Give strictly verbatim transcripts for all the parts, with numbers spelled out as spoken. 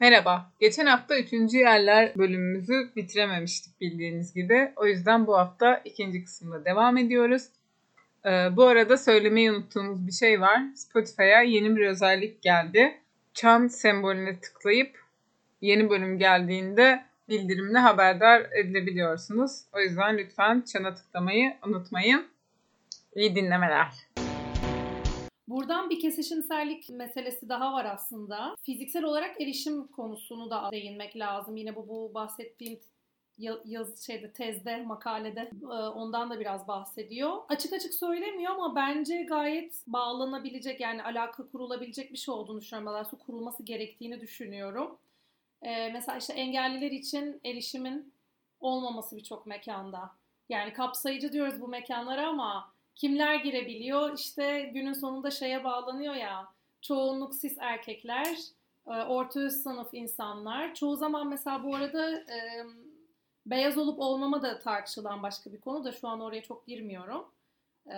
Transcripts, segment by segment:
Merhaba. Geçen hafta üçüncü yerler bölümümüzü bitirememiştik bildiğiniz gibi. O yüzden bu hafta ikinci kısımda devam ediyoruz. Ee, bu arada söylemeyi unuttuğumuz bir şey var. Spotify'a yeni bir özellik geldi. Çan sembolüne tıklayıp yeni bölüm geldiğinde bildirimle haberdar edilebiliyorsunuz. O yüzden lütfen çana tıklamayı unutmayın. İyi dinlemeler. Buradan bir kesişimsellik meselesi daha var aslında. Fiziksel olarak erişim konusunu da değinmek lazım. Yine bu, bu bahsettiğim yaz şeyde tezde, makalede ondan da biraz bahsediyor. Açık açık söylemiyor ama bence gayet bağlanabilecek, yani alaka kurulabilecek bir şey olduğunu düşünüyorum. Daha sonra kurulması gerektiğini düşünüyorum. Ee, mesela işte engelliler için erişimin olmaması birçok mekanda. Yani kapsayıcı diyoruz bu mekanlara ama kimler girebiliyor? İşte günün sonunda şeye bağlanıyor ya, çoğunluk cis erkekler, orta üst sınıf insanlar. Çoğu zaman mesela bu arada e, beyaz olup olmama da tartışılan başka bir konu da şu an oraya çok girmiyorum. E,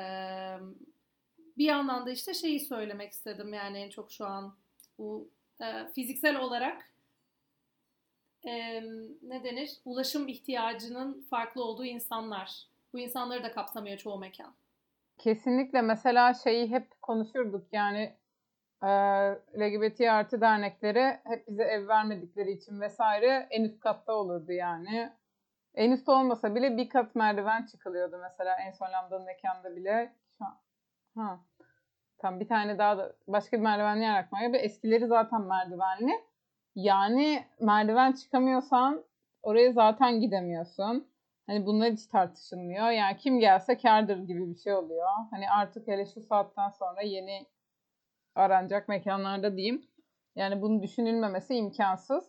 bir yandan da işte şeyi söylemek istedim, yani en çok şu an bu e, fiziksel olarak e, ne denir? Ulaşım ihtiyacının farklı olduğu insanlar. Bu insanları da kapsamıyor çoğu mekan. Kesinlikle. Mesela şeyi hep konuşurduk yani e, L G B T artı dernekleri hep bize ev vermedikleri için vesaire en üst katta olurdu yani. En üst olmasa bile bir kat merdiven çıkılıyordu mesela en son Lambda'nın mekanda bile. Şu an, ha, tam bir tane daha da başka bir merdivenli yer aklıma geliyor. Eskileri zaten merdivenli. Yani merdiven çıkamıyorsan oraya zaten gidemiyorsun. Hani bunlar hiç tartışılmıyor. Yani kim gelse kârdır gibi bir şey oluyor. Hani artık hele şu saatten sonra yeni aranacak mekanlarda diyeyim. Yani bunun düşünülmemesi imkansız.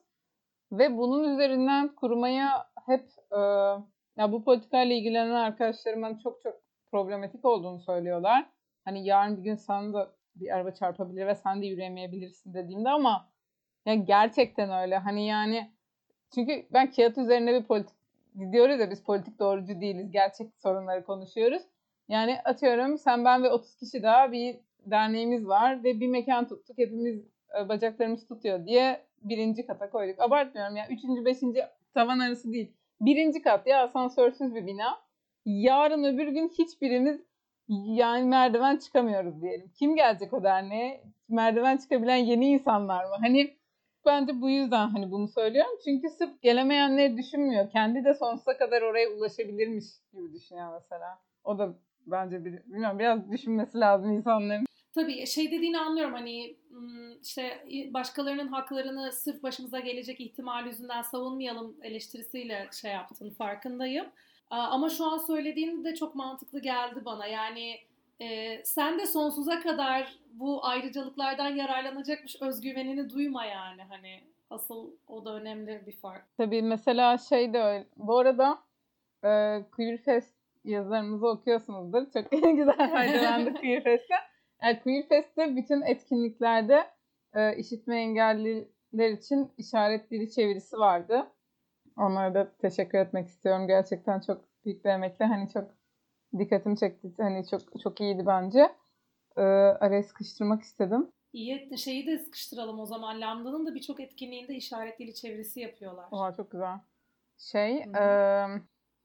Ve bunun üzerinden kurmaya hep e, ya bu politikayla ilgilenen arkadaşlarımın çok çok problematik olduğunu söylüyorlar. Hani yarın bir gün sana da bir araba çarpabilir ve sen de yürüyemeyebilirsin dediğimde ama ya gerçekten öyle. Hani yani çünkü ben kağıt üzerine bir politik diyoruz ya, biz politik doğrucu değiliz. Gerçek sorunları konuşuyoruz. Yani atıyorum sen, ben ve otuz kişi daha bir derneğimiz var ve bir mekan tuttuk. Hepimiz e, bacaklarımız tutuyor diye birinci kata koyduk. Abartmıyorum ya. Üçüncü, beşinci tavan arası değil. Birinci kat ya, asansörsüz bir bina. Yarın öbür gün hiçbirimiz yani merdiven çıkamıyoruz diyelim. Kim gelecek o derneğe? Merdiven çıkabilen yeni insanlar mı? Hani bence bu yüzden hani bunu söylüyorum. Çünkü sırf gelemeyenleri düşünmüyor. Kendi de sonsuza kadar oraya ulaşabilirmiş gibi düşünüyor mesela. O da bence bir, bilmiyorum, biraz düşünmesi lazım insanların. Tabii şey dediğini anlıyorum, hani işte başkalarının haklarını sırf başımıza gelecek ihtimal yüzünden savunmayalım eleştirisiyle şey yaptın, farkındayım. Ama şu an söylediğin de çok mantıklı geldi bana. Yani e, sen de sonsuza kadar bu ayrıcalıklardan yararlanacakmış özgüvenini duyma yani, hani asıl o da önemli bir fark. Tabii mesela şey de öyle. Bu arada e, Queer Fest yazılarımızı okuyorsunuzdur. Çok güzel faydalandık Queer Fest'ten. Yani Queer Fest'te bütün etkinliklerde e, işitme engelliler için işaret dili çevirisi vardı. Onlara da teşekkür etmek istiyorum. Gerçekten çok büyük bir emekle. Hani çok dikkatimi çekti. Hani çok çok iyiydi bence. Ee, araya sıkıştırmak istedim. İyi, şeyi de sıkıştıralım o zaman. Lambda'nın da birçok etkinliğinde işaret dili çevirisi yapıyorlar. Oha, çok güzel. Şey, Hı-hı. e,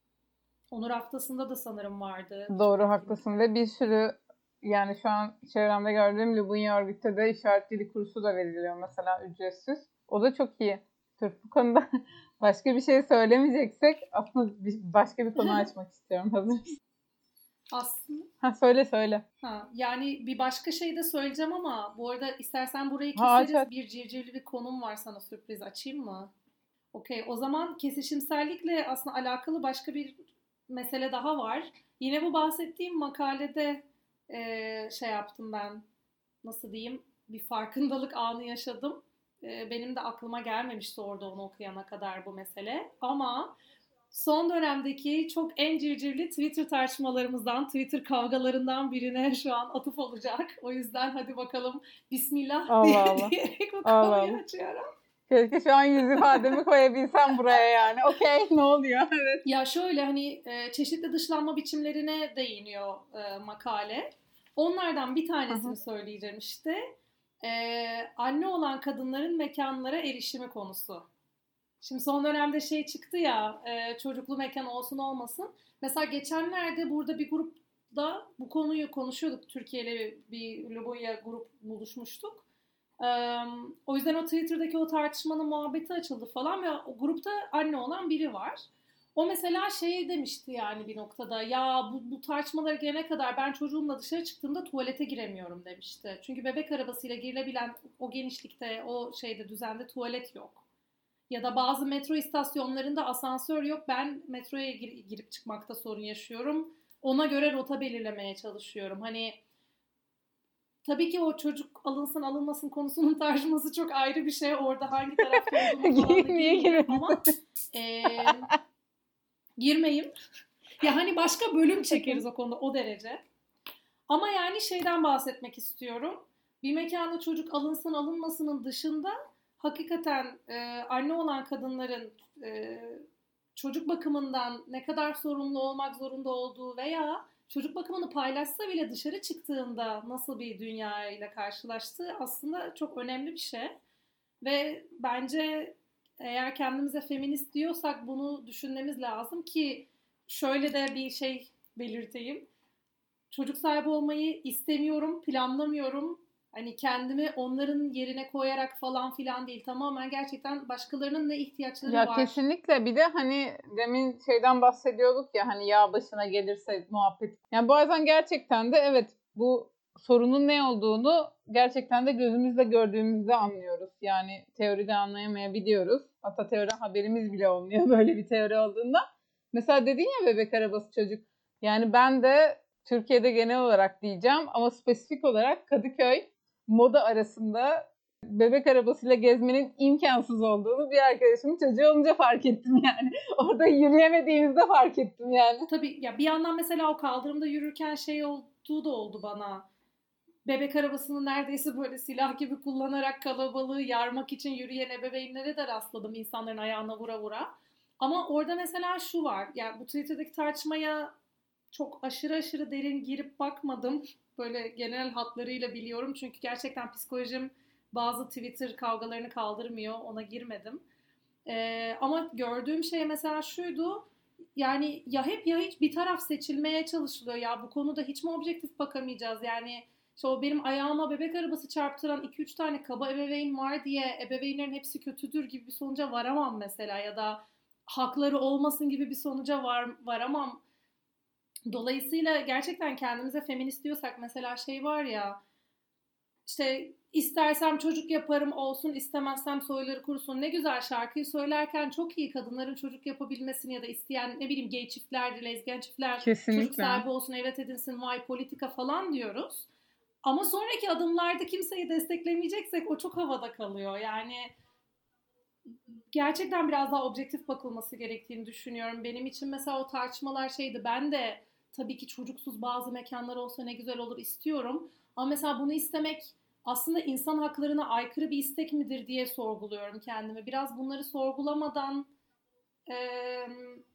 Onur haftasında da sanırım vardı. Doğru, haklısın ve bir sürü yani şu an çevremde gördüğüm Lubunya örgütte de işaret dili kursu da veriliyor mesela, ücretsiz. O da çok iyi. Sırf bu konuda başka bir şey söylemeyeceksek aslında bir, başka bir konu açmak istiyorum. Hazır mısın? Aslında. Ha, söyle söyle. Ha, yani bir başka şey de söyleyeceğim ama bu arada istersen burayı Ha, keseriz. aç, aç. Bir civcivli bir konum var, sana sürpriz açayım mı? Okey, o zaman kesişimsellikle aslında alakalı başka bir mesele daha var. Yine bu bahsettiğim makalede e, şey yaptım ben, nasıl diyeyim, bir farkındalık anı yaşadım. E, benim de aklıma gelmemişti orada onu okuyana kadar bu mesele. Ama son dönemdeki çok en civcivli Twitter tartışmalarımızdan, Twitter kavgalarından birine şu an atıf olacak. O yüzden hadi bakalım bismillah Allah diye, Allah. diyerek bu Allah konuyu Allah. açıyorum. Keşke şu an yüz ifademi koyabilsem buraya yani. Okey, ne oluyor? Evet. Ya şöyle, hani e, çeşitli dışlanma biçimlerine değiniyor e, makale. Onlardan bir tanesini söyleyeceğim işte. Ee, anne olan kadınların mekanlara erişimi konusu. Şimdi son dönemde şey çıktı ya, e, çocuklu mekan olsun olmasın. Mesela geçenlerde burada bir grupta bu konuyu konuşuyorduk. Türkiye'yle bir Lubunya grup buluşmuştuk. Ee, o yüzden o Twitter'daki o tartışmanın muhabbeti açıldı falan ve o grupta anne olan biri var. O mesela şey demişti yani bir noktada, ya bu, bu tartışmalara gelene kadar ben çocuğumla dışarı çıktığımda tuvalete giremiyorum demişti. Çünkü bebek arabasıyla girilebilen o genişlikte, o şeyde, düzende tuvalet yok. Ya da bazı metro istasyonlarında asansör yok. Ben metroya gir- girip çıkmakta sorun yaşıyorum. Ona göre rota belirlemeye çalışıyorum. Hani tabii ki o çocuk alınsın alınmasın konusunun tartışması çok ayrı bir şey. Orada hangi tarafta olduğunu falan da Niye girmiyorum girmedin? ama e, girmeyeyim. Ya hani başka bölüm çekeriz o konuda, o derece. Ama yani şeyden bahsetmek istiyorum. Bir mekanda çocuk alınsın alınmasının dışında hakikaten e, anne olan kadınların e, çocuk bakımından ne kadar sorumlu olmak zorunda olduğu veya çocuk bakımını paylaşsa bile dışarı çıktığında nasıl bir dünya ile karşılaştığı aslında çok önemli bir şey. Ve bence eğer kendimize feminist diyorsak bunu düşünmemiz lazım ki şöyle de bir şey belirteyim. Çocuk sahibi olmayı istemiyorum, planlamıyorum. Hani kendimi onların yerine koyarak falan filan değil. Tamamen gerçekten başkalarının ne ihtiyaçları Ya var. kesinlikle. Bir de hani demin şeyden bahsediyorduk ya, hani ya başına gelirse muhabbet. Yani bazen gerçekten de evet, bu sorunun ne olduğunu gerçekten de gözümüzle gördüğümüzde anlıyoruz. Yani teoride anlayamayabiliyoruz. Hatta teoriden haberimiz bile olmuyor böyle bir teori olduğunda. Mesela dedin ya bebek arabası çocuk. Yani ben de Türkiye'de genel olarak diyeceğim ama spesifik olarak Kadıköy moda arasında bebek arabasıyla gezmenin imkansız olduğunu bir arkadaşımın çocuğu olunca fark ettim yani. Orada yürüyemediğimizde fark ettim yani. Tabii ya, bir yandan mesela o kaldırımda yürürken şey olduğu da oldu bana. Bebek arabasını neredeyse böyle silah gibi kullanarak kalabalığı yarmak için yürüyen ebeveynlere de rastladım, insanların ayağına vura vura. Ama orada mesela şu var. Yani bu Twitter'daki tartışmaya çok aşırı aşırı derin girip bakmadım. Böyle genel hatlarıyla biliyorum. Çünkü gerçekten psikolojim bazı Twitter kavgalarını kaldırmıyor. Ona girmedim. Ee, ama gördüğüm şey mesela şuydu. Yani ya hep ya hiç bir taraf seçilmeye çalışılıyor. Ya bu konuda hiç mi objektif bakamayacağız? Yani işte o benim ayağıma bebek arabası çarptıran iki üç tane kaba ebeveyn var diye ebeveynlerin hepsi kötüdür gibi bir sonuca varamam mesela. Ya da hakları olmasın gibi bir sonuca var, varamam. Dolayısıyla gerçekten kendimize feminist diyorsak mesela şey var ya, işte istersem çocuk yaparım olsun, istemezsem soyları kurusun. Ne güzel, şarkıyı söylerken çok iyi, kadınların çocuk yapabilmesini ya da isteyen ne bileyim gay çiftler, lezbiyen çiftler çocuk Kesinlikle. sahibi olsun, evlat edinsin, vay politika falan diyoruz. Ama sonraki adımlarda kimseyi desteklemeyeceksek o çok havada kalıyor. Yani gerçekten biraz daha objektif bakılması gerektiğini düşünüyorum. Benim için mesela o tartışmalar şeydi. Ben de tabii ki çocuksuz bazı mekanlar olsa ne güzel olur istiyorum. Ama mesela bunu istemek aslında insan haklarına aykırı bir istek midir diye sorguluyorum kendimi. Biraz bunları sorgulamadan eee,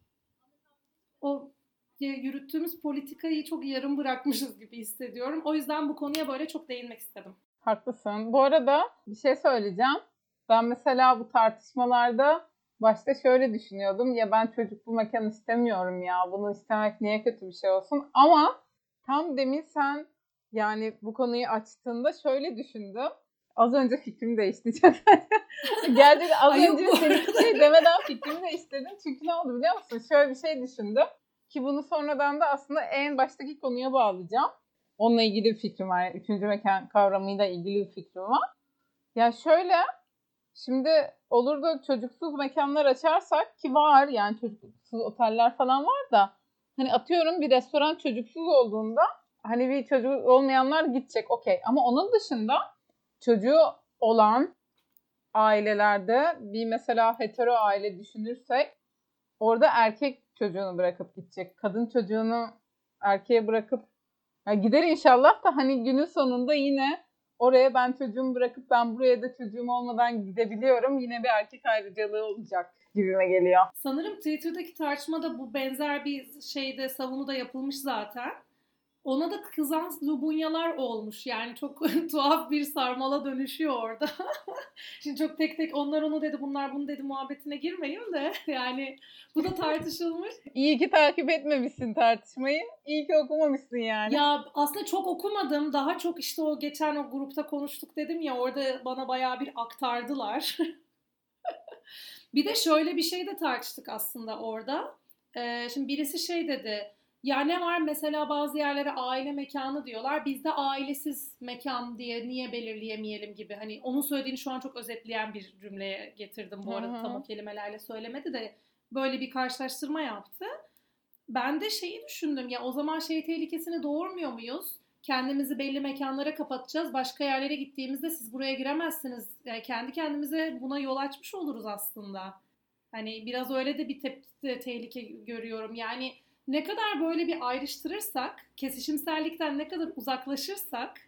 o yürüttüğümüz politikayı çok yarım bırakmışız gibi hissediyorum. O yüzden bu konuya böyle çok değinmek istedim. Haklısın. Bu arada bir şey söyleyeceğim. Ben mesela bu tartışmalarda başta şöyle düşünüyordum. Ya ben çocuklu mekan istemiyorum ya. Bunu istemek niye kötü bir şey olsun. Ama tam demin sen yani bu konuyu açtığında şöyle düşündüm. Az önce fikrim değişti. Gerçekten az Ay yok önce bu senin hiçbir arada. şey demeden fikrimi değiştirdim. Çünkü ne oldu biliyor musun? Şöyle bir şey düşündüm. Ki bunu sonradan da aslında en baştaki konuya bağlayacağım. Onunla ilgili bir fikrim var. Yani üçüncü mekan kavramıyla ilgili bir fikrim var. Ya şöyle, şimdi olur da çocuksuz mekanlar açarsak, ki var yani çocuksuz oteller falan var da, hani atıyorum bir restoran çocuksuz olduğunda hani bir çocuğu olmayanlar gidecek okey, ama onun dışında çocuğu olan ailelerde bir mesela hetero aile düşünürsek orada erkek çocuğunu bırakıp gidecek. Kadın çocuğunu erkeğe bırakıp ya gider inşallah da hani günün sonunda yine oraya ben çocuğumu bırakıp ben buraya da çocuğum olmadan gidebiliyorum. Yine bir erkek ayrıcalığı olacak gibime geliyor. Sanırım Twitter'daki tartışmada bu benzer bir şeyde, savunuda yapılmış zaten. Ona da kızan Lubunyalar olmuş. Yani çok tuhaf bir sarmala dönüşüyor orada. Şimdi çok tek tek onlar onu dedi, bunlar bunu dedi muhabbetine girmeyin de. Yani bu da tartışılmış. İyi ki takip etmemişsin tartışmayı. İyi ki okumamışsın yani. Ya aslında çok okumadım. Daha çok işte o geçen o grupta konuştuk dedim ya, orada bana bayağı bir aktardılar. Bir de şöyle bir şey de tartıştık aslında orada. Ee, şimdi birisi şey dedi. Ya ne var mesela bazı yerlere aile mekanı diyorlar. Bizde ailesiz mekan diye niye belirleyemeyelim gibi. Hani onun söylediğini şu an çok özetleyen bir cümleye getirdim bu arada. Tam o kelimelerle söylemedi de böyle bir karşılaştırma yaptı. Ben de şeyi düşündüm ya, o zaman şey tehlikesini doğurmuyor muyuz? Kendimizi belli mekanlara kapatacağız. Başka yerlere gittiğimizde siz buraya giremezsiniz. Yani kendi kendimize buna yol açmış oluruz aslında. Hani biraz öyle de bir te- tehlike görüyorum. Yani ne kadar böyle bir ayrıştırırsak, kesişimsellikten ne kadar uzaklaşırsak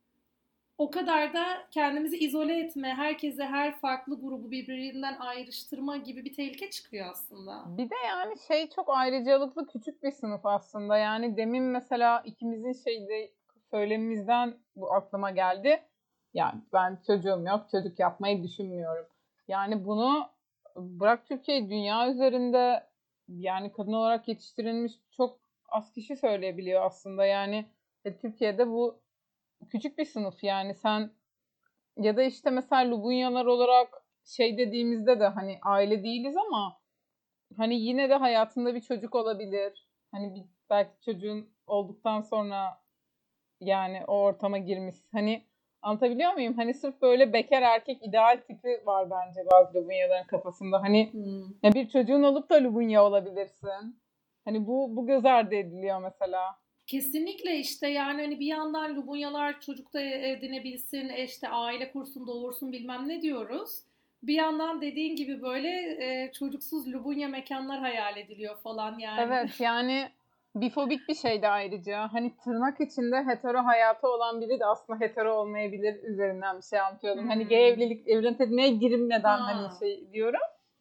o kadar da kendimizi izole etme, herkese her farklı grubu birbirinden ayrıştırma gibi bir tehlike çıkıyor aslında. Bir de yani şey çok ayrıcalıklı küçük bir sınıf aslında. Yani demin mesela ikimizin şeyde söylemimizden bu aklıma geldi. Yani ben çocuğum yok, çocuk yapmayı düşünmüyorum. Yani bunu bırak Türkiye, dünya üzerinde yani kadın olarak yetiştirilmiş çok az kişi söyleyebiliyor aslında. Yani e, Türkiye'de bu küçük bir sınıf yani sen ya da işte mesela Lubunyalar olarak şey dediğimizde de hani aile değiliz ama hani yine de hayatında bir çocuk olabilir. Hani bir, belki çocuğun olduktan sonra yani o ortama girmiş. Hani anlatabiliyor muyum? Hani sırf böyle bekar erkek ideal tipi var bence bazı Lubunyaların kafasında. Hani Hmm. ya bir çocuğun olup da Lubunya olabilirsin. Hani bu bu göz ardı ediliyor mesela. Kesinlikle işte yani hani bir yandan Lubunyalar çocuk da edinebilsin, işte aile kursun, doğursun bilmem ne diyoruz. Bir yandan dediğin gibi böyle e, çocuksuz Lubunya mekanlar hayal ediliyor falan yani. Evet yani bifobik bir şey de ayrıca. Hani tırnak içinde hetero hayatı olan biri de aslında hetero olmayabilir üzerinden bir şey anlatıyordum. Hani gay Hmm. evlilik, evlilikine girilmeden hani Ha. şey diyorum.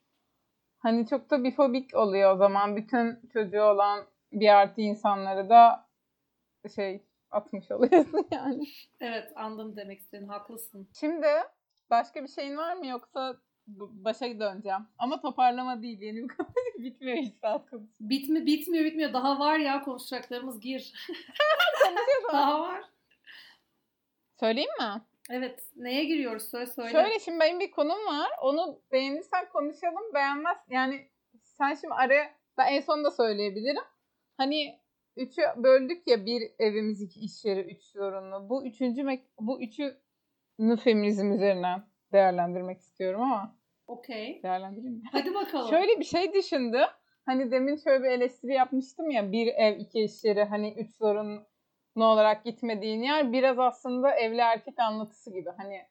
Hani çok da bifobik oluyor o zaman. Bütün çocuğu olan bir artı insanları da şey atmış oluyorsun yani. Evet, anladım demek istediğin, haklısın. Şimdi başka bir şeyin var mı yoksa başa döneceğim. Ama toparlama değil. Yeni bir konu bitmiyor hiç saat konusu. Bitmi bitmiyor bitmiyor. Daha var ya konuşacaklarımız, gir. Konuşuyoruz. Daha var. Söyleyeyim mi? Evet. Neye giriyoruz? Söyle söyle. Şöyle şimdi benim bir konum var. Onu beğenirsen konuşalım. Beğenmez yani sen şimdi araya ben en son da söyleyebilirim. Hani üçü böldük ya, bir evimiz, iki iş yeri, üç zorunlu. Bu üçüncü mek- bu üçünü feminizm üzerinden değerlendirmek istiyorum ama Okey. değerlendireyim mi? Hadi bakalım. Şöyle bir şey düşündüm. Hani demin şöyle bir eleştiri yapmıştım ya, bir ev iki iş yeri, hani üç zorunlu olarak gitmediğin yer biraz aslında evli erkek anlatısı gibi. Hani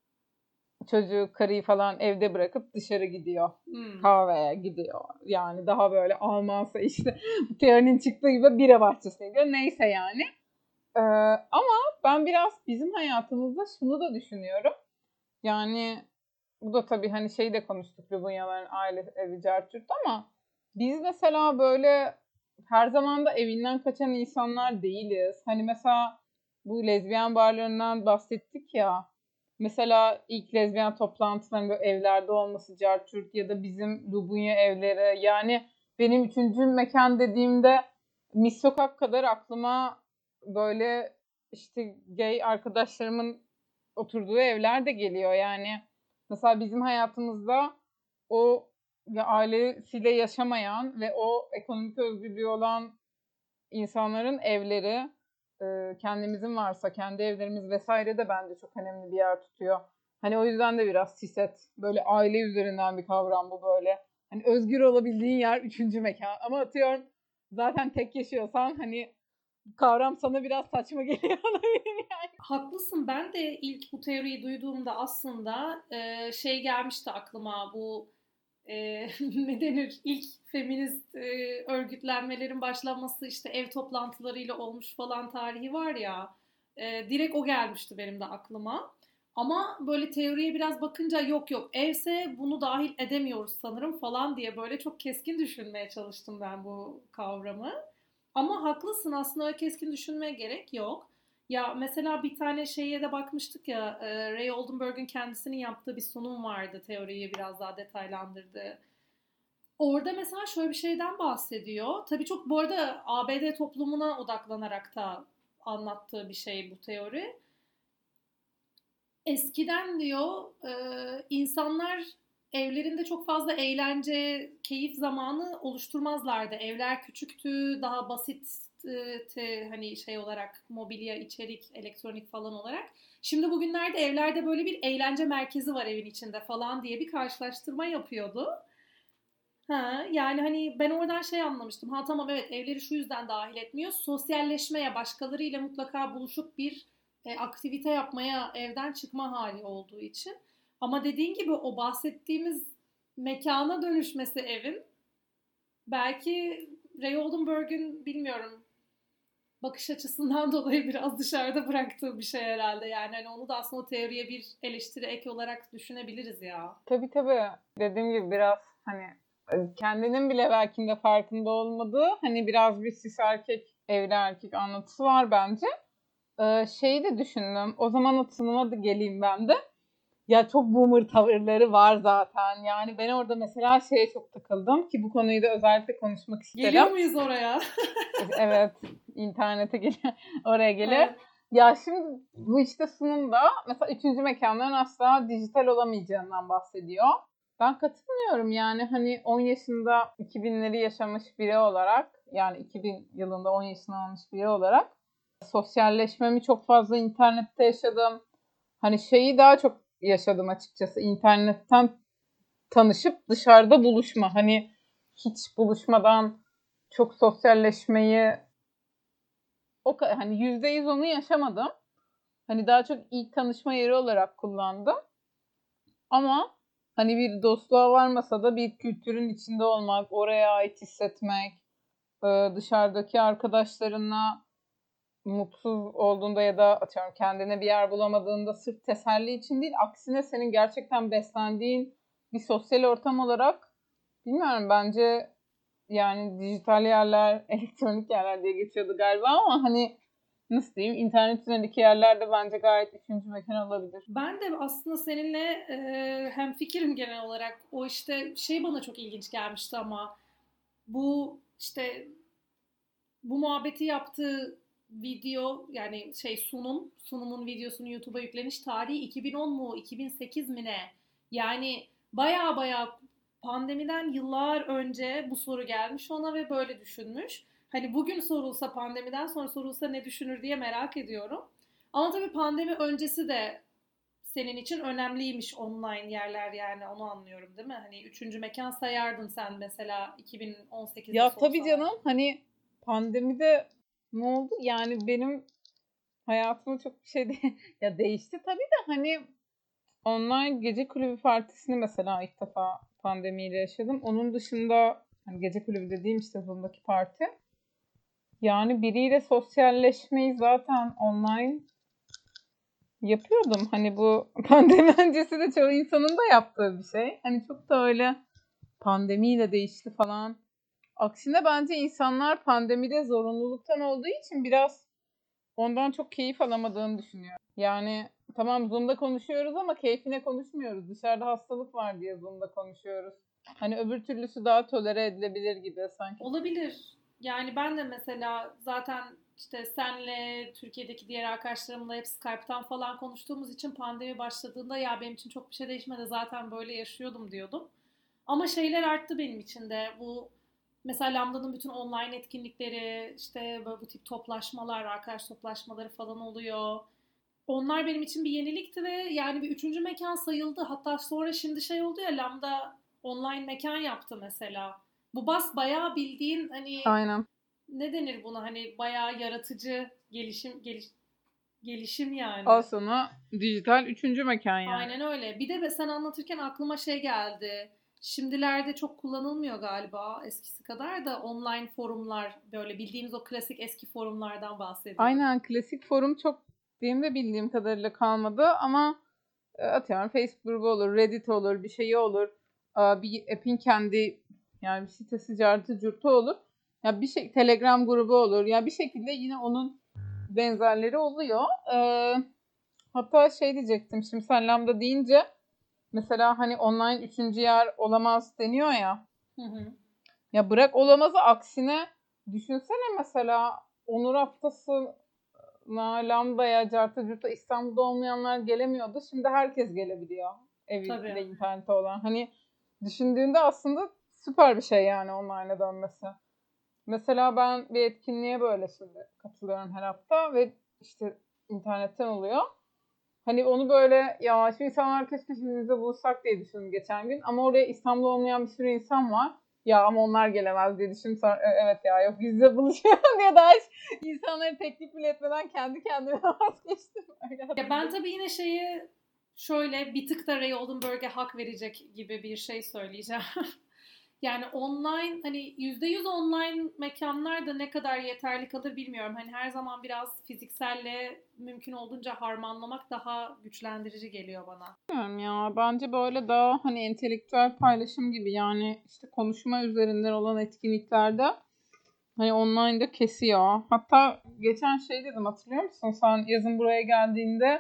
çocuğu, karıyı falan evde bırakıp dışarı gidiyor. Hmm. Kahveye gidiyor. Yani daha böyle Almansa işte teorinin çıktığı gibi bira bahçesine gidiyor. Neyse yani. Ee, ama ben biraz bizim hayatımızda şunu da düşünüyorum. Yani bu da tabii hani şey de konuştuk, Lubunyaların aile evi cartürt, ama biz mesela böyle her zaman da evinden kaçan insanlar değiliz. Hani mesela bu lezbiyen barlarından bahsettik ya. Mesela ilk lezbiyen toplantıların böyle evlerde olması cartürt ya da bizim Lubunya evleri. Yani benim üçüncü mekan dediğimde Mis Sokak kadar aklıma böyle işte gay arkadaşlarımın oturduğu evler de geliyor. Yani mesela bizim hayatımızda o ve ailesiyle yaşamayan ve o ekonomik özgürlüğü olan insanların evleri, e, kendimizin varsa kendi evlerimiz vesaire de bence çok önemli bir yer tutuyor. Hani o yüzden de biraz siset. Böyle aile üzerinden bir kavram bu böyle. Hani özgür olabildiğin yer üçüncü mekan. Ama atıyorum zaten tek yaşıyorsan hani kavram sana biraz saçma geliyor olabilir yani. Haklısın. Ben de ilk bu teoriyi duyduğumda aslında e, şey gelmişti aklıma, bu e, ne denir, ilk feminist e, örgütlenmelerin başlanması işte ev toplantılarıyla olmuş falan tarihi var ya, e, direkt o gelmişti benim de aklıma. Ama böyle teoriye biraz bakınca yok yok evse bunu dahil edemiyoruz sanırım falan diye böyle çok keskin düşünmeye çalıştım ben bu kavramı. Ama haklısın, aslında öyle keskin düşünmeye gerek yok. Ya mesela bir tane şeye de bakmıştık ya, e, Ray Oldenburg'un kendisinin yaptığı bir sunum vardı, teoriyi biraz daha detaylandırdı. Orada mesela şöyle bir şeyden bahsediyor. Tabii çok bu arada A B D toplumuna odaklanarak da anlattığı bir şey bu teori. Eskiden diyor e, insanlar evlerinde çok fazla eğlence, keyif zamanı oluşturmazlardı. Evler küçüktü, daha basit e, te- hani şey olarak mobilya, içerik, elektronik falan olarak. Şimdi bugünlerde evlerde böyle bir eğlence merkezi var evin içinde falan diye bir karşılaştırma yapıyordu. Ha, yani hani ben oradan şey anlamıştım. Ha tamam, evet, evleri şu yüzden dahil etmiyor. Sosyalleşmeye, başkalarıyla mutlaka buluşup bir e, aktivite yapmaya, evden çıkma hali olduğu için. Ama dediğin gibi o bahsettiğimiz mekana dönüşmesi evin belki Ray Oldenburg'un, bilmiyorum, bakış açısından dolayı biraz dışarıda bıraktığı bir şey herhalde. Yani hani onu da aslında o teoriye bir eleştiri ek olarak düşünebiliriz ya. Tabii tabii. Dediğim gibi biraz hani e, kendinin bile belki de farkında olmadığı hani biraz bir cis erkek, evli erkek anlatısı var bence. Ee, şeyi de düşündüm. O zaman o sınıfa da geleyim ben de. Ya çok boomer tavırları var zaten. Yani ben orada mesela şeye çok takıldım ki bu konuyu da özellikle konuşmak isterim. Geliyor muyuz oraya? Evet, internete gelir, oraya gelir. Evet. Ya şimdi bu işte sunumda mesela üçüncü mekanların asla dijital olamayacağından bahsediyor. Ben katılmıyorum yani hani on yaşında iki binleri yaşamış biri olarak, yani iki bin yılında on yaşında olmuş biri olarak sosyalleşmemi çok fazla internette yaşadım. Hani şeyi daha çok yaşadım açıkçası, internetten tanışıp dışarıda buluşma. Hani hiç buluşmadan çok sosyalleşmeyi o kadar hani yüzde yüz onu yaşamadım. Hani daha çok ilk tanışma yeri olarak kullandım. Ama hani bir dostluğa varmasa da bir kültürün içinde olmak, oraya ait hissetmek, e, dışarıdaki arkadaşlarınla mutsuz olduğunda ya da atıyorum kendine bir yer bulamadığında sırf teselli için değil, aksine senin gerçekten beslendiğin bir sosyal ortam olarak, bilmiyorum, bence yani dijital yerler, elektronik yerler diye geçiyordu galiba ama hani nasıl diyeyim, internet üzerindeki yerlerde bence gayet üçüncü mekan olabilir. Ben de aslında seninle e, hemfikirim genel olarak. O işte şey bana çok ilginç gelmişti ama bu işte bu muhabbeti yaptığı video, yani şey sunum, sunumun videosunun YouTube'a yükleniş tarihi iki bin on mu iki bin sekiz mi ne? Yani baya baya pandemiden yıllar önce bu soru gelmiş ona ve böyle düşünmüş. Hani bugün sorulsa, pandemiden sonra sorulsa ne düşünür diye merak ediyorum. Ama tabii pandemi öncesi de senin için önemliymiş online yerler, yani onu anlıyorum değil mi? Hani üçüncü mekan sayardın sen mesela iki bin on sekizde Ya tabii sorsalar. canım, hani pandemide ne oldu? Yani benim hayatımda çok bir şey de ya değişti tabii de hani online gece kulübü partisini mesela ilk defa pandemiyle yaşadım. Onun dışında hani gece kulübü dediğim işte Zoom'daki parti. Yani biriyle sosyalleşmeyi zaten online yapıyordum. Hani bu pandemi öncesi de çoğu insanın da yaptığı bir şey. Hani çok da öyle pandemiyle değişti falan. Aksine bence insanlar pandemide zorunluluktan olduğu için biraz ondan çok keyif alamadığını düşünüyorum. Yani tamam, Zoom'da konuşuyoruz ama keyfine konuşmuyoruz. Dışarıda hastalık var diye Zoom'da konuşuyoruz. Hani öbür türlüsü daha tolere edilebilir gibi sanki. Olabilir. Yani ben de mesela zaten işte senle, Türkiye'deki diğer arkadaşlarımla hep Skype'tan falan konuştuğumuz için pandemi başladığında ya benim için çok bir şey değişmedi, zaten böyle yaşıyordum diyordum. Ama şeyler arttı benim için de. Bu mesela Lambda'nın bütün online etkinlikleri, işte böyle bu tip toplaşmalar, arkadaş toplaşmaları falan oluyor. Onlar benim için bir yenilikti ve yani bir üçüncü mekan sayıldı. Hatta sonra şimdi şey oldu ya, Lambda online mekan yaptı mesela. Bu bas bayağı bildiğin hani Aynen. ne denir buna, hani bayağı yaratıcı gelişim geliş, gelişim Al yani. sana dijital üçüncü mekan yani. Aynen öyle. Bir de sen anlatırken aklıma şey geldi. Şimdilerde çok kullanılmıyor galiba eskisi kadar da online forumlar, böyle bildiğimiz o klasik eski forumlardan bahsediyorum. Aynen, klasik forum çok benim de bildiğim kadarıyla kalmadı ama e, atıyorum Facebook grubu olur, Reddit olur, bir şeyi olur. Aa, bir app'in kendi yani bir sitesi, cartı curtu olur. Ya bir şey Telegram grubu olur. Ya bir şekilde yine onun benzerleri oluyor. Ee, hatta şey diyecektim. Şimdi sen Lambda deyince mesela hani online üçüncü yer olamaz deniyor ya. Hı hı. Ya bırak olamazı, aksine düşünsene mesela Onur Haftası'na Lambda'ya, Carta Curt'a İstanbul'da olmayanlar gelemiyordu. Şimdi herkes gelebiliyor. Evi ve Tabii. interneti olan. Hani düşündüğünde aslında süper bir şey yani online'a dönmesi. Mesela ben bir etkinliğe böyle şimdi katılıyorum her hafta ve işte internetten oluyor. Hani onu böyle ya şu insanlar keşke yüzümüzde buluşsak diye düşündüm geçen gün. Ama oraya İstanbul'da olmayan bir sürü insan var. Ya ama onlar gelemez diye düşündüm. Sonra, "E, evet ya yok yüzde buluşuyorum" diye daha hiç insanları teklif bile etmeden kendi kendime vazgeçtim. Öyle Ya ben hatırlıyorum. tabii yine şeyi şöyle bir tık da Ray Oldenburg'e hak verecek gibi bir şey söyleyeceğim. Yani online hani yüzde yüz online mekanlar da ne kadar yeterli kalır bilmiyorum. Hani her zaman biraz fizikselle mümkün olduğunca harmanlamak daha güçlendirici geliyor bana. Bilmiyorum ya, bence böyle daha hani entelektüel paylaşım gibi, yani işte konuşma üzerinden olan etkinliklerde hani online'da kesiyor. Hatta geçen şey dedim, hatırlıyor musun? Sen yazın buraya geldiğinde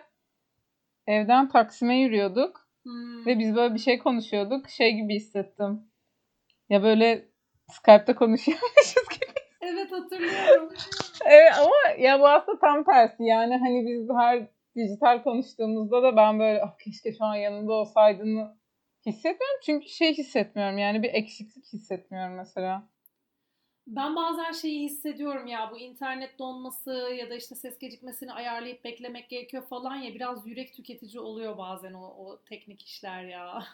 evden Taksim'e yürüyorduk ve Hmm. biz böyle bir şey konuşuyorduk. Şey gibi hissettim. Ya böyle Skype'ta konuşuyormuşuz gibi. Evet hatırlıyorum. Evet ama ya bu aslında tam tersi. Yani hani biz her dijital konuştuğumuzda da ben böyle ah, keşke şu an yanında olsaydığını hissetmiyorum. Çünkü şey hissetmiyorum, yani bir eksiklik hissetmiyorum mesela. Ben bazen şeyi hissediyorum ya bu internet donması ya da işte ses gecikmesini ayarlayıp beklemek gerekiyor falan ya biraz yürek tüketici oluyor bazen o, o teknik işler ya.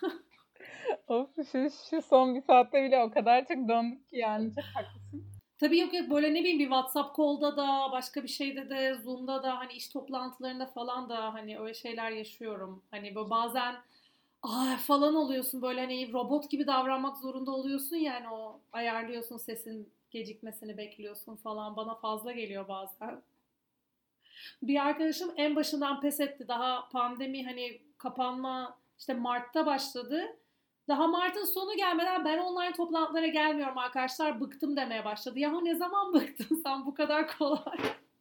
Of, şu, şu son bir saatte bile o kadar çok döndük ki, yani çok haklısın. Tabii yok yok böyle ne bileyim bir WhatsApp call'da da başka bir şeyde de Zoom'da da hani iş toplantılarında falan da hani öyle şeyler yaşıyorum. Hani böyle bazen ah falan oluyorsun böyle hani robot gibi davranmak zorunda oluyorsun yani o ayarlıyorsun sesin gecikmesini bekliyorsun falan bana fazla geliyor bazen. Bir arkadaşım en başından pes etti. Daha pandemi hani kapanma işte Mart'ta başladı. Daha Mart'ın sonu gelmeden ben online toplantılara gelmiyorum arkadaşlar bıktım demeye başladı. Yahu ne zaman bıktın sen bu kadar kolay?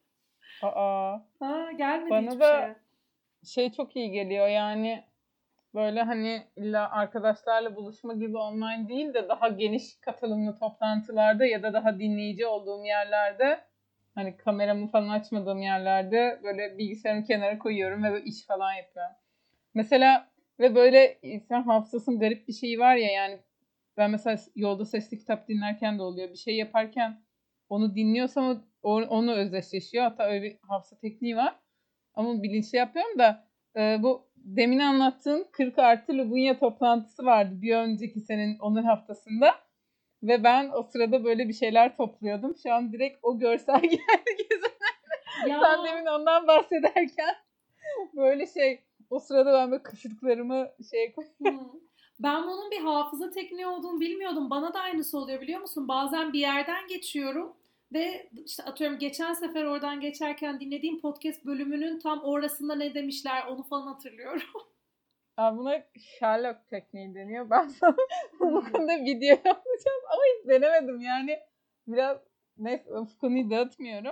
Aa, Ha, gelmedi bana hiçbir şeye. da şey çok iyi geliyor yani, böyle hani illa arkadaşlarla buluşma gibi online değil de daha geniş katılımlı toplantılarda ya da daha dinleyici olduğum yerlerde, hani kameramı falan açmadığım yerlerde böyle bilgisayarımı kenara koyuyorum ve böyle iş falan yapıyorum. Mesela ve böyle insan hafızasının garip bir şeyi var ya, yani ben mesela yolda sesli kitap dinlerken de oluyor. Bir şey yaparken onu dinliyorsam o, onu özdeşleşiyor. Hatta öyle bir hafıza tekniği var. Ama bilinçli yapıyorum da e, bu demin anlattığın kırk artı Lubunya toplantısı vardı bir önceki senin Onur haftasında. Ve ben o sırada böyle bir şeyler topluyordum. Şu an direkt o görsel geldi gözüme. Ya Sen demin ondan bahsederken böyle şey, o sırada ben böyle kışırtlarımı şey koyuyorum. hmm. Ben bunun bir hafıza tekniği olduğunu bilmiyordum. Bana da aynısı oluyor biliyor musun? Bazen bir yerden geçiyorum ve işte atıyorum geçen sefer oradan geçerken dinlediğim podcast bölümünün tam orasında ne demişler onu falan hatırlıyorum. Aa, buna Sherlock tekniği deniyor. Ben sana bu Hmm. konuda video yapacağım ama hiç denemedim yani. Biraz neyse, konuyu dağıtmıyorum.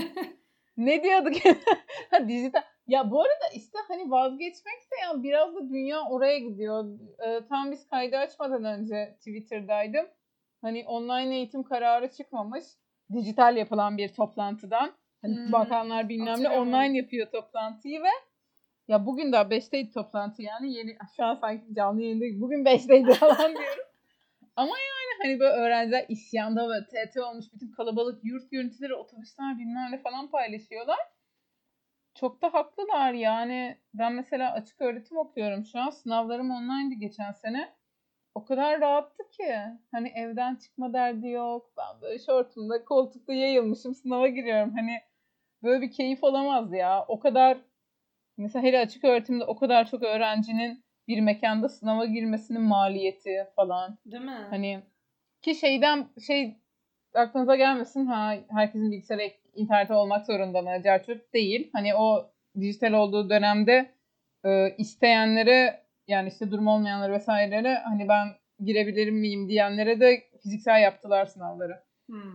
Ne diyorduk? Ha, dijital. Ya bu arada işte hani vazgeçmekse ya biraz da dünya oraya gidiyor. Ee, tam biz kaydı açmadan önce Twitter'daydım. Hani online eğitim kararı çıkmamış. Dijital yapılan bir toplantıdan. Hani Hmm, bakanlar bilmem ne hatırlıyorum onu. online yapıyor toplantıyı ve ya bugün daha beşteydi toplantı, yani yeni şu an sanki canlı yayında gibi, bugün beşteydi falan diyorum. Ama yani hani böyle öğrenciler isyanda ve T T olmuş, bütün kalabalık yurt görüntüleri, otobüsler bilmem ne falan paylaşıyorlar. Çok da haklılar yani. Ben mesela açık öğretim okuyorum şu an. Sınavlarım online'dı geçen sene. O kadar rahattı ki. Hani evden çıkma derdi yok. Ben böyle şortumda koltukta yayılmışım sınava giriyorum. Hani böyle bir keyif olamaz ya. O kadar, mesela hele açık öğretimde o kadar çok öğrencinin bir mekanda sınava girmesinin maliyeti falan. Değil mi? Hani ki şeyden şey aklınıza gelmesin, ha herkesin bilgisayarı internete olmak zorunda mı? Gerçek değil. Hani o dijital olduğu dönemde e, isteyenlere, yani işte durum olmayanları vesairelere, hani ben girebilir miyim diyenlere de fiziksel yaptılar sınavları. Hmm.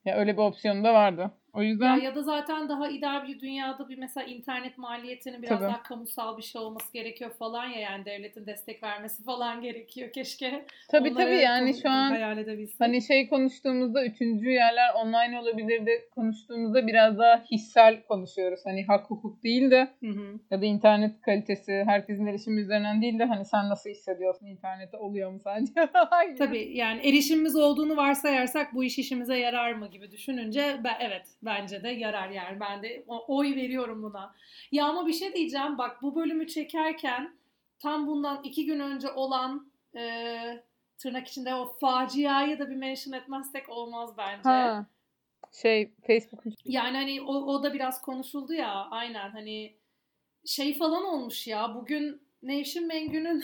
Ya öyle bir opsiyon da vardı. O Ya yüzden ya da zaten daha ideal bir dünyada bir mesela internet maliyetinin biraz tabii. daha kamusal bir şey olması gerekiyor falan ya, yani devletin destek vermesi falan gerekiyor. Keşke Tabii tabii onları yani şu ko- an hayal edebilsek. hani şey konuştuğumuzda üçüncü yerler online olabilir de konuştuğumuzda biraz daha hissel konuşuyoruz. Hani hak hukuk değil de Hı hı. ya da internet kalitesi herkesin erişimi üzerinden değil de hani sen nasıl hissediyorsun, internete oluyor mu sence? gibi. Tabii yani erişimimiz olduğunu varsayarsak bu iş işimize yarar mı gibi düşününce ben, evet bence de yarar yani, ben de o- oy veriyorum buna. Ya ama bir şey diyeceğim, bak bu bölümü çekerken tam bundan iki gün önce olan e, tırnak içinde o faciayı da bir mention etmezsek olmaz bence. Ha, şey Facebook'un Yani hani o, o da biraz konuşuldu ya, aynen hani şey falan olmuş ya bugün Nevşin Mengü'nün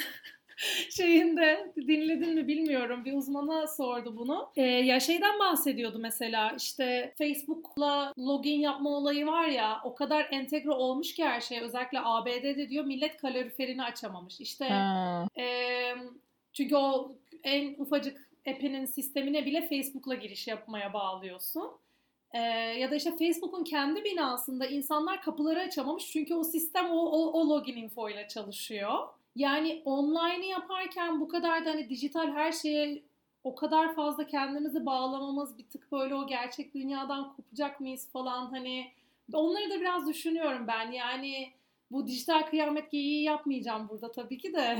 şeyinde dinledin mi bilmiyorum, bir uzmana sordu bunu. Ee, ya şeyden bahsediyordu mesela, işte Facebook'la login yapma olayı var ya, o kadar entegre olmuş ki her şey, özellikle A B D'de diyor millet kaloriferini açamamış. İşte ha, e, çünkü o en ufacık app'inin sistemine bile Facebook'la giriş yapmaya bağlıyorsun. Ee, ya da işte Facebook'un kendi binasında insanlar kapıları açamamış çünkü o sistem o, o, o login info ile çalışıyor. Yani online'ı yaparken bu kadar da hani dijital her şeye o kadar fazla kendimizi bağlamamız, bir tık böyle o gerçek dünyadan kopacak mıyız falan, hani onları da biraz düşünüyorum ben. Yani bu dijital kıyamet geyiği yapmayacağım burada tabii ki de.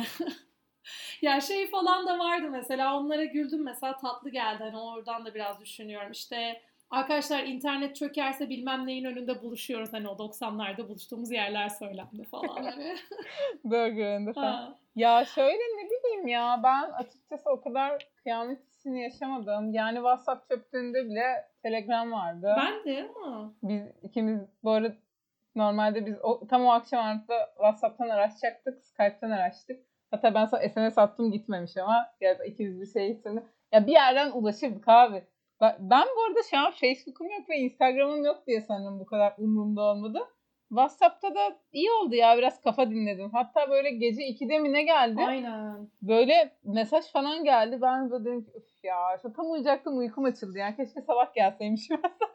Ya şey falan da vardı mesela, onlara güldüm mesela, tatlı geldi, hani oradan da biraz düşünüyorum. İşte arkadaşlar internet çökerse bilmem neyin önünde buluşuyoruz, hani o doksanlarda buluştuğumuz yerler söylendi falan hani. burger and falan. Ha. Ya şöyle ne bileyim ya ben açıkçası o kadar kıyamet hissini yaşamadım. Yani WhatsApp çöktüğünde bile Telegram vardı. Ben de ama. Biz ikimiz bu arada normalde biz o, tam o akşam artık WhatsApp'tan araşacaktık. Skype'tan araştık. Hatta ben sana S M S attım gitmemiş ama galiba ikimiz bir şey içinde. Ya bir yerden ulaşırdık abi. Ben, ben bu arada şu an Facebook'um yok ve Instagram'ım yok diye sanırım bu kadar umurumda olmadı. WhatsApp'ta da iyi oldu ya, biraz kafa dinledim. Hatta böyle gece ikide mi ne geldi? Aynen. Böyle mesaj falan geldi. Ben böyle dedim ki üf ya şu tam uyuyacaktım, uykum açıldı yani. Keşke sabah gelseymiş.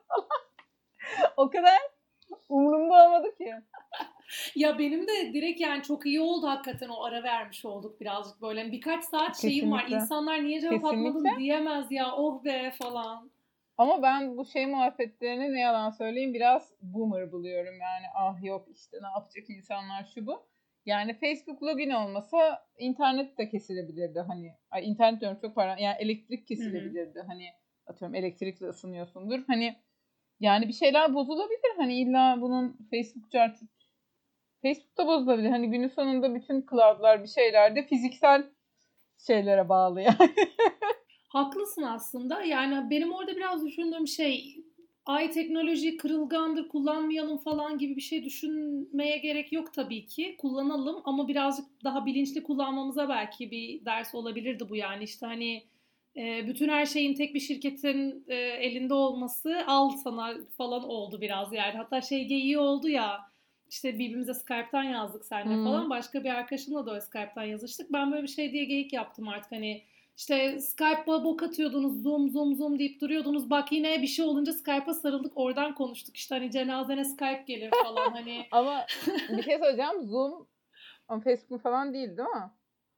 O kadar umurumda olmadı ki. Ya benim de direkt yani çok iyi oldu hakikaten, o ara vermiş olduk birazcık böyle. Hani birkaç saat şeyim var. Kesinlikle. İnsanlar niye cevap Kesinlikle. atmadın diyemez ya, oh be falan. Ama ben bu şey muhabbetlerini ne yalan söyleyeyim biraz boomer buluyorum. Yani ah yok işte ne yapacak insanlar şu bu. Yani Facebook login olmasa internet de kesilebilirdi. Hani ay internet diyorum çok pardon. Yani elektrik Hı hı. kesilebilirdi. Hani atıyorum elektrikle ısınıyorsundur. Hani yani bir şeyler bozulabilir. Hani illa bunun Facebook çarpı Facebook'ta bozulabilir. Hani günün sonunda bütün cloud'lar bir şeyler de fiziksel şeylere bağlı yani. Haklısın aslında. Yani benim orada biraz düşündüğüm şey, ay teknoloji kırılgandır kullanmayalım falan gibi bir şey düşünmeye gerek yok tabii ki. Kullanalım ama birazcık daha bilinçli kullanmamıza belki bir ders olabilirdi bu, yani işte hani e, bütün her şeyin tek bir şirketin e, elinde olması al sana falan oldu biraz yani. Hatta şey geyiği oldu ya, işte birbirimize Skype'tan yazdık seninle Hmm. falan. Başka bir arkadaşımla da öyle Skype'tan yazıştık. Ben böyle bir şey diye geyik yaptım artık, hani işte Skype'a bok atıyordunuz, zoom zoom zoom deyip duruyordunuz. Bak yine bir şey olunca Skype'a sarıldık, oradan konuştuk. İşte hani cenazene Skype gelir falan hani. Ama bir şey söyleyeceğim. Zoom ama Facebook falan değil değil mi?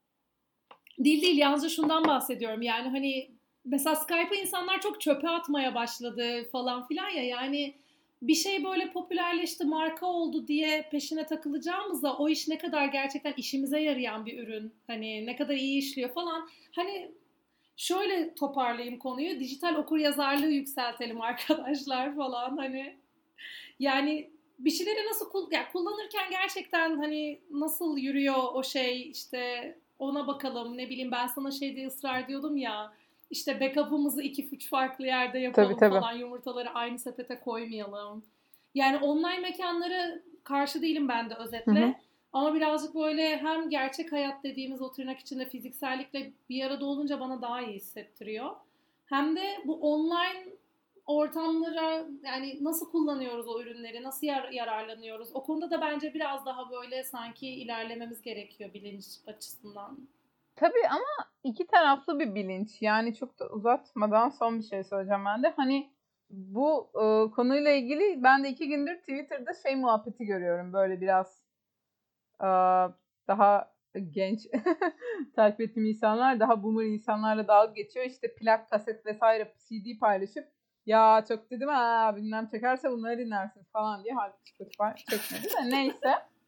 Değil değil, yalnızca şundan bahsediyorum. Yani hani mesela Skype'ı insanlar çok çöpe atmaya başladı falan filan ya. Yani bir şey böyle popülerleşti, marka oldu diye peşine takılacağımıza, o iş ne kadar gerçekten işimize yarayan bir ürün, hani ne kadar iyi işliyor falan. Hani şöyle toparlayayım konuyu. Dijital okuryazarlığı yükseltelim arkadaşlar falan hani. Yani bir şeyleri nasıl yani kullanırken gerçekten hani nasıl yürüyor o şey, işte ona bakalım. Ne bileyim, ben sana şeyde ısrar diyordum ya, işte backup'ımızı iki üç farklı yerde Tabii yapalım tabii. falan, yumurtaları aynı sepete koymayalım. Yani online mekanları karşı değilim ben de Hı hı. özetle. Ama birazcık böyle hem gerçek hayat dediğimiz o tırnak içinde fiziksellikle bir arada olunca bana daha iyi hissettiriyor. Hem de bu online ortamlara yani nasıl kullanıyoruz o ürünleri, nasıl yar- yararlanıyoruz? O konuda da bence biraz daha böyle sanki ilerlememiz gerekiyor bilinç açısından. Tabii ama iki taraflı bir bilinç. Yani çok da uzatmadan son bir şey söyleyeceğim ben de. Hani bu e, konuyla ilgili ben de iki gündür Twitter'da şey muhabbeti görüyorum. Böyle biraz e, daha genç takip ettiğim insanlar, daha boomer insanlarla dalga geçiyor. İşte plak, kaset vesaire C D paylaşıp ya çok dedim ha bilmem çekerse bunları dinlersin falan diye. Halbuki Spotify çekmedi de neyse.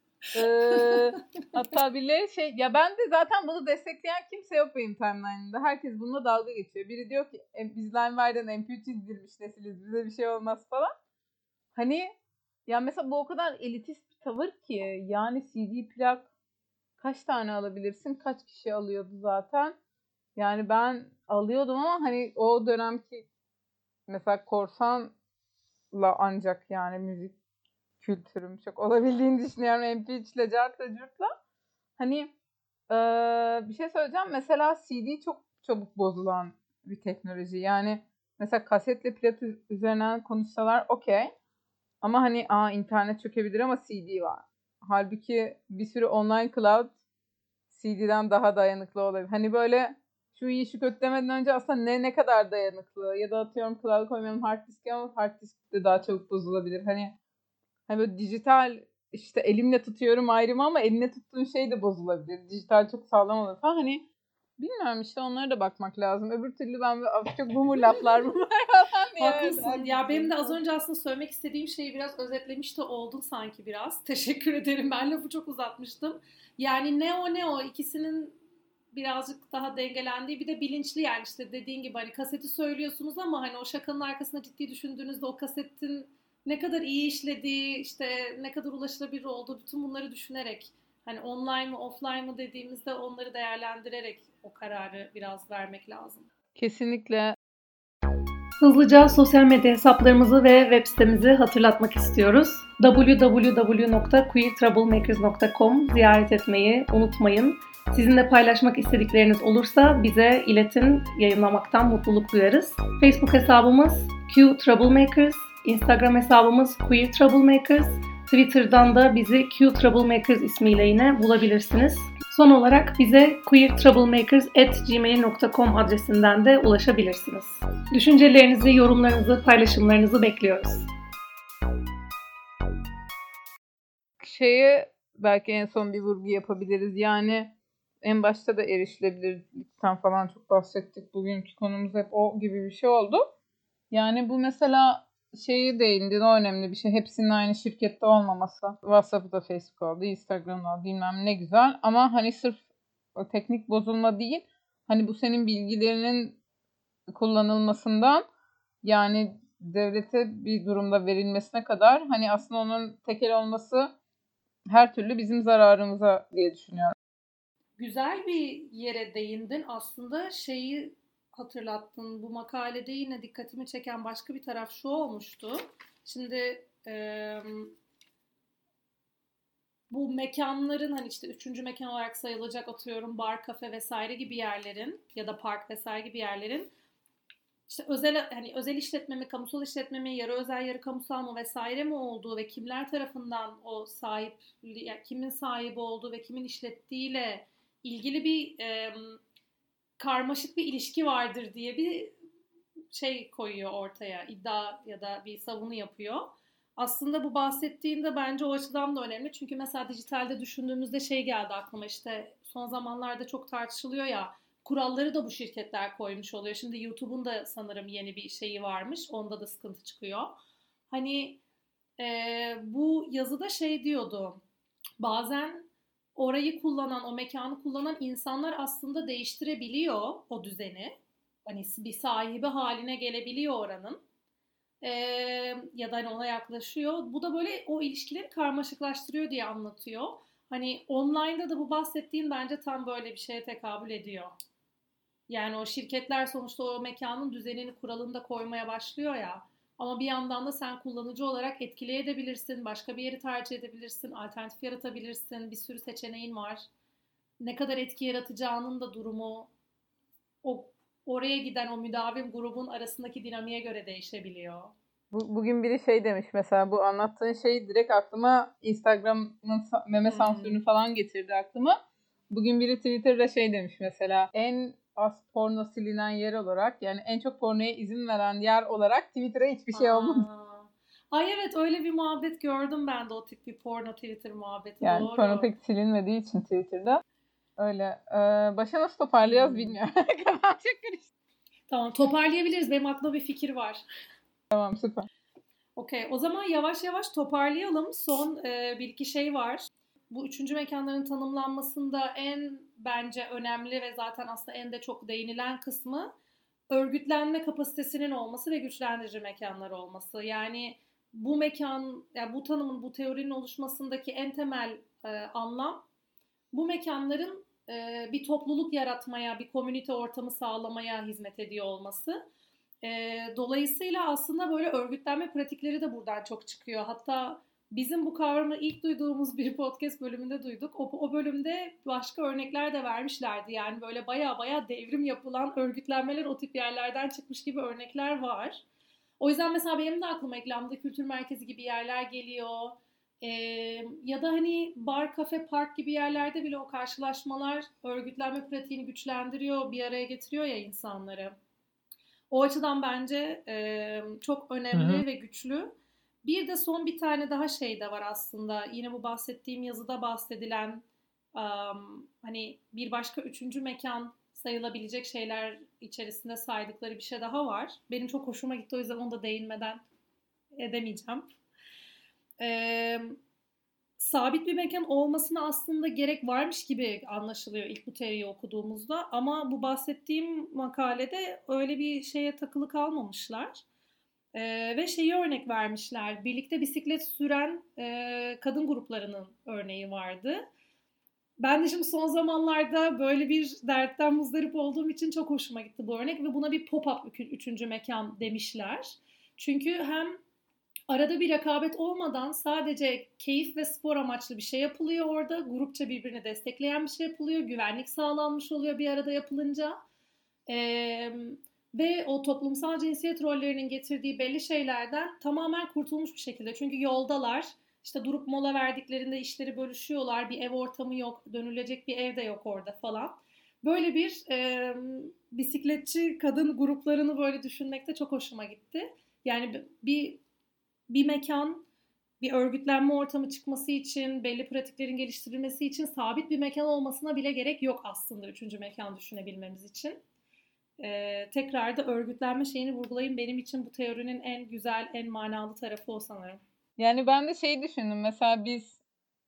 Ee, hatta bile şey ya ben de zaten bunu destekleyen kimse yok benim timeline'ımda. Herkes bununla dalga geçiyor. Biri diyor ki e, biz LimeWire'den M P üç indirmiş nesiliz bize bir şey olmaz falan. Hani ya mesela bu o kadar elitist bir tavır ki yani C D plak kaç tane alabilirsin? Kaç kişi alıyordu zaten? Yani ben alıyordum ama hani o dönemki mesela korsanla ancak yani müzik kültürüm çok olabildiğini düşünüyorum. M P üç ile cartla curtla. Hani eee, bir şey söyleyeceğim. Mesela C D çok çabuk bozulan bir teknoloji. Yani mesela kasetle plak üzerinden konuşsalar okey. Ama hani aa internet çökebilir ama C D var. Halbuki bir sürü online cloud C D'den daha dayanıklı olabilir. Hani böyle şu iyi şu kötü demeden önce aslında ne ne kadar dayanıklı ya da atıyorum cloud koymayalım hard disk ama hard disk de daha çabuk bozulabilir. Hani hani böyle dijital işte elimle tutuyorum ayrı mı ama eline tuttuğun şey de bozulabilir. Dijital çok sağlam olur falan. Hani bilmiyorum işte onlara da bakmak lazım. Öbür türlü ben böyle "Abi çok boomer laflar bunlar falan diye. Haklısın. Ya benim de az önce aslında söylemek istediğim şeyi biraz özetlemiş de oldun sanki biraz. Teşekkür ederim. Ben lafı çok uzatmıştım. Yani ne o ne o ikisinin birazcık daha dengelendiği bir de bilinçli yani işte dediğin gibi hani kaseti söylüyorsunuz ama hani o şakanın arkasında ciddi düşündüğünüzde o kasetin ne kadar iyi işlediği işte ne kadar ulaşılabilir olduğu bütün bunları düşünerek hani online mı offline mı dediğimizde onları değerlendirerek o kararı biraz vermek lazım. Kesinlikle. Hızlıca sosyal medya hesaplarımızı ve web sitemizi hatırlatmak istiyoruz. double-u double-u double-u nokta queer troublemakers nokta com ziyaret etmeyi unutmayın. Sizinle paylaşmak istedikleriniz olursa bize iletin, yayınlamaktan mutluluk duyarız. Facebook hesabımız Q Troublemakers, Instagram hesabımız Queer Troublemakers, Twitter'dan da bizi Q Troublemakers ismiyle yine bulabilirsiniz. Son olarak bize queer troublemakers at gmail nokta com adresinden de ulaşabilirsiniz. Düşüncelerinizi, yorumlarınızı, paylaşımlarınızı bekliyoruz. Şeye belki en son bir vurgu yapabiliriz. Yani en başta da erişilebilirlikten falan çok bahsettik. Bugünkü konumuz hep o gibi bir şey oldu. Yani bu mesela şeyi değindin o önemli bir şey. Hepsinin aynı şirkette olmaması. WhatsApp'ta Facebook oldu, Instagram'da bilmem ne güzel. Ama hani sırf o teknik bozulma değil. Hani bu senin bilgilerinin kullanılmasından yani devlete bir durumda verilmesine kadar hani aslında onun tekel olması her türlü bizim zararımıza diye düşünüyorum. Güzel bir yere değindin. Aslında şeyi hatırlattın. Bu makalede yine dikkatimi çeken başka bir taraf şu olmuştu. Şimdi e, bu mekanların hani işte üçüncü mekan olarak sayılacak atıyorum bar, kafe vesaire gibi yerlerin ya da park vesaire gibi yerlerin işte özel hani özel işletme mi, kamusal işletme mi, yarı özel yarı kamusal mı vesaire mi olduğu ve kimler tarafından o sahip, yani kimin sahibi olduğu ve kimin işlettiğiyle ilgili bir e, karmaşık bir ilişki vardır diye bir şey koyuyor ortaya, iddia ya da bir savunu yapıyor. Aslında bu bahsettiğinde bence o açıdan da önemli. Çünkü mesela dijitalde düşündüğümüzde şey geldi aklıma işte son zamanlarda çok tartışılıyor ya kuralları da bu şirketler koymuş oluyor. Şimdi YouTube'un da sanırım yeni bir şeyi varmış. Onda da sıkıntı çıkıyor. Hani e, bu yazıda şey diyordu. Bazen orayı kullanan, o mekanı kullanan insanlar aslında değiştirebiliyor o düzeni. Hani bir sahibi haline gelebiliyor oranın. Ee, ya da hani ona yaklaşıyor. Bu da böyle o ilişkileri karmaşıklaştırıyor diye anlatıyor. Hani online'da da bu bahsettiğin bence tam böyle bir şeye tekabül ediyor. Yani o şirketler sonuçta o mekanın düzenini, kuralını da koymaya başlıyor ya. Ama bir yandan da sen kullanıcı olarak etkileyebilirsin, başka bir yeri tercih edebilirsin, alternatif yaratabilirsin, bir sürü seçeneğin var. Ne kadar etki yaratacağının da durumu, o oraya giden o müdavim grubun arasındaki dinamiğe göre değişebiliyor. Bu, bugün biri şey demiş mesela bu anlattığın şey direkt aklıma Instagram'ın meme Hmm. sansürünü falan getirdi aklıma. Bugün biri Twitter'da şey demiş mesela en az porno silinen yer olarak, yani en çok pornoya izin veren yer olarak Twitter'a hiçbir şey olmadı. Aa. Ay evet, öyle bir muhabbet gördüm ben de, o tip bir porno Twitter muhabbeti. Yani doğru. porno pek silinmediği için Twitter'da. Öyle. Ee, başa nasıl toparlayacağız Hmm. bilmiyorum. Kafam çok karıştı. Tamam, toparlayabiliriz. Benim aklımda bir fikir var. Tamam, süper. Okey, o zaman yavaş yavaş toparlayalım. Son e, bir iki şey var. Bu üçüncü mekanların tanımlanmasında en bence önemli ve zaten aslında en de çok değinilen kısmı örgütlenme kapasitesinin olması ve güçlendirici mekanlar olması. Yani bu mekan, yani bu tanımın, bu teorinin oluşmasındaki en temel e, anlam bu mekanların e, bir topluluk yaratmaya, bir komünite ortamı sağlamaya hizmet ediyor olması. E, dolayısıyla aslında böyle örgütlenme pratikleri de buradan çok çıkıyor. Hatta bizim bu kavramı ilk duyduğumuz bir podcast bölümünde duyduk. O, o bölümde başka örnekler de vermişlerdi. Yani böyle baya baya devrim yapılan örgütlenmeler o tip yerlerden çıkmış gibi örnekler var. O yüzden mesela benim de aklıma eklemde kültür merkezi gibi yerler geliyor. Ee, ya da hani bar, kafe, park gibi yerlerde bile o karşılaşmalar örgütlenme pratiğini güçlendiriyor, bir araya getiriyor ya insanları. O açıdan bence e, çok önemli Hı hı. ve güçlü. Bir de son bir tane daha şey de var aslında. Yine bu bahsettiğim yazıda bahsedilen um, hani bir başka üçüncü mekan sayılabilecek şeyler içerisinde saydıkları bir şey daha var. Benim çok hoşuma gitti, o yüzden onu da değinmeden edemeyeceğim. Ee, sabit bir mekan olmasına aslında gerek varmış gibi anlaşılıyor ilk bu teoriyi okuduğumuzda. Ama bu bahsettiğim makalede öyle bir şeye takılı kalmamışlar. Ee, ve şeyi örnek vermişler. Birlikte bisiklet süren e, kadın gruplarının örneği vardı. Ben de şimdi son zamanlarda böyle bir dertten muzdarip olduğum için çok hoşuma gitti bu örnek ve buna bir pop-up üçüncü mekan demişler. Çünkü hem arada bir rekabet olmadan sadece keyif ve spor amaçlı bir şey yapılıyor orada. Grupça birbirini destekleyen bir şey yapılıyor. Güvenlik sağlanmış oluyor bir arada yapılınca. Ee, ve o toplumsal cinsiyet rollerinin getirdiği belli şeylerden tamamen kurtulmuş bir şekilde. Çünkü yoldalar, işte durup mola verdiklerinde işleri bölüşüyorlar. Bir ev ortamı yok, dönülecek bir ev de yok orada falan. Böyle bir e, bisikletçi kadın gruplarını böyle düşünmekte çok hoşuma gitti. Yani bir bir mekan, bir örgütlenme ortamı çıkması için, belli pratiklerin geliştirilmesi için sabit bir mekan olmasına bile gerek yok aslında üçüncü mekan düşünebilmemiz için. Ee, tekrar da örgütlenme şeyini vurgulayayım. Benim için bu teorinin en güzel, en manalı tarafı o sanırım. Yani ben de şeyi düşündüm. Mesela biz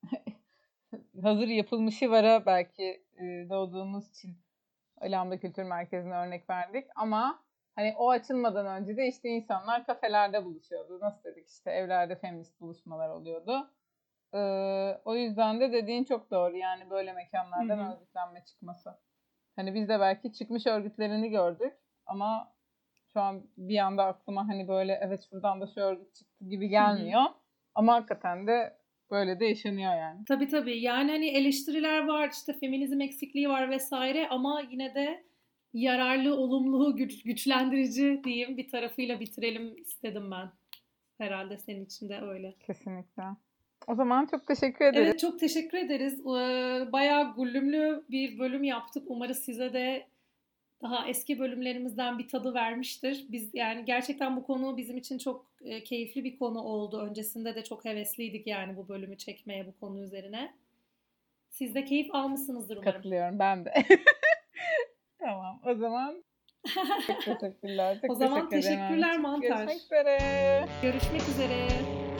hazır yapılmışı vara belki doğduğumuz için Lambda Kültür Merkezi'ne örnek verdik. Ama hani o açılmadan önce de işte insanlar kafelerde buluşuyordu. Nasıl dedik, işte evlerde feminist buluşmalar oluyordu. Ee, o yüzden de dediğin çok doğru. Yani böyle mekanlardan Hı hı. örgütlenme çıkması. Hani biz de belki çıkmış örgütlerini gördük ama şu an bir anda aklıma hani böyle evet şuradan da şu örgüt çıktı gibi gelmiyor. Hı hı. Ama hakikaten de böyle de yaşanıyor yani. Tabii tabii. Yani hani eleştiriler var, işte feminizm eksikliği var vesaire ama yine de yararlı, olumlu, güç, güçlendirici diyeyim bir tarafıyla bitirelim istedim ben. Herhalde senin için de öyle. Kesinlikle. O zaman çok teşekkür ederiz. Evet, çok teşekkür ederiz. Bayağı güllümlü bir bölüm yaptık. Umarız size de daha eski bölümlerimizden bir tadı vermiştir. Biz yani gerçekten bu konu bizim için çok keyifli bir konu oldu. Öncesinde de çok hevesliydik yani bu bölümü çekmeye, bu konu üzerine. Siz de keyif almışsınızdır umarım. Katılıyorum ben de. Tamam, o zaman çok teşekkürler. Çok o zaman teşekkür teşekkürler ederim. Mantar. Görüşmek üzere. Görüşmek üzere.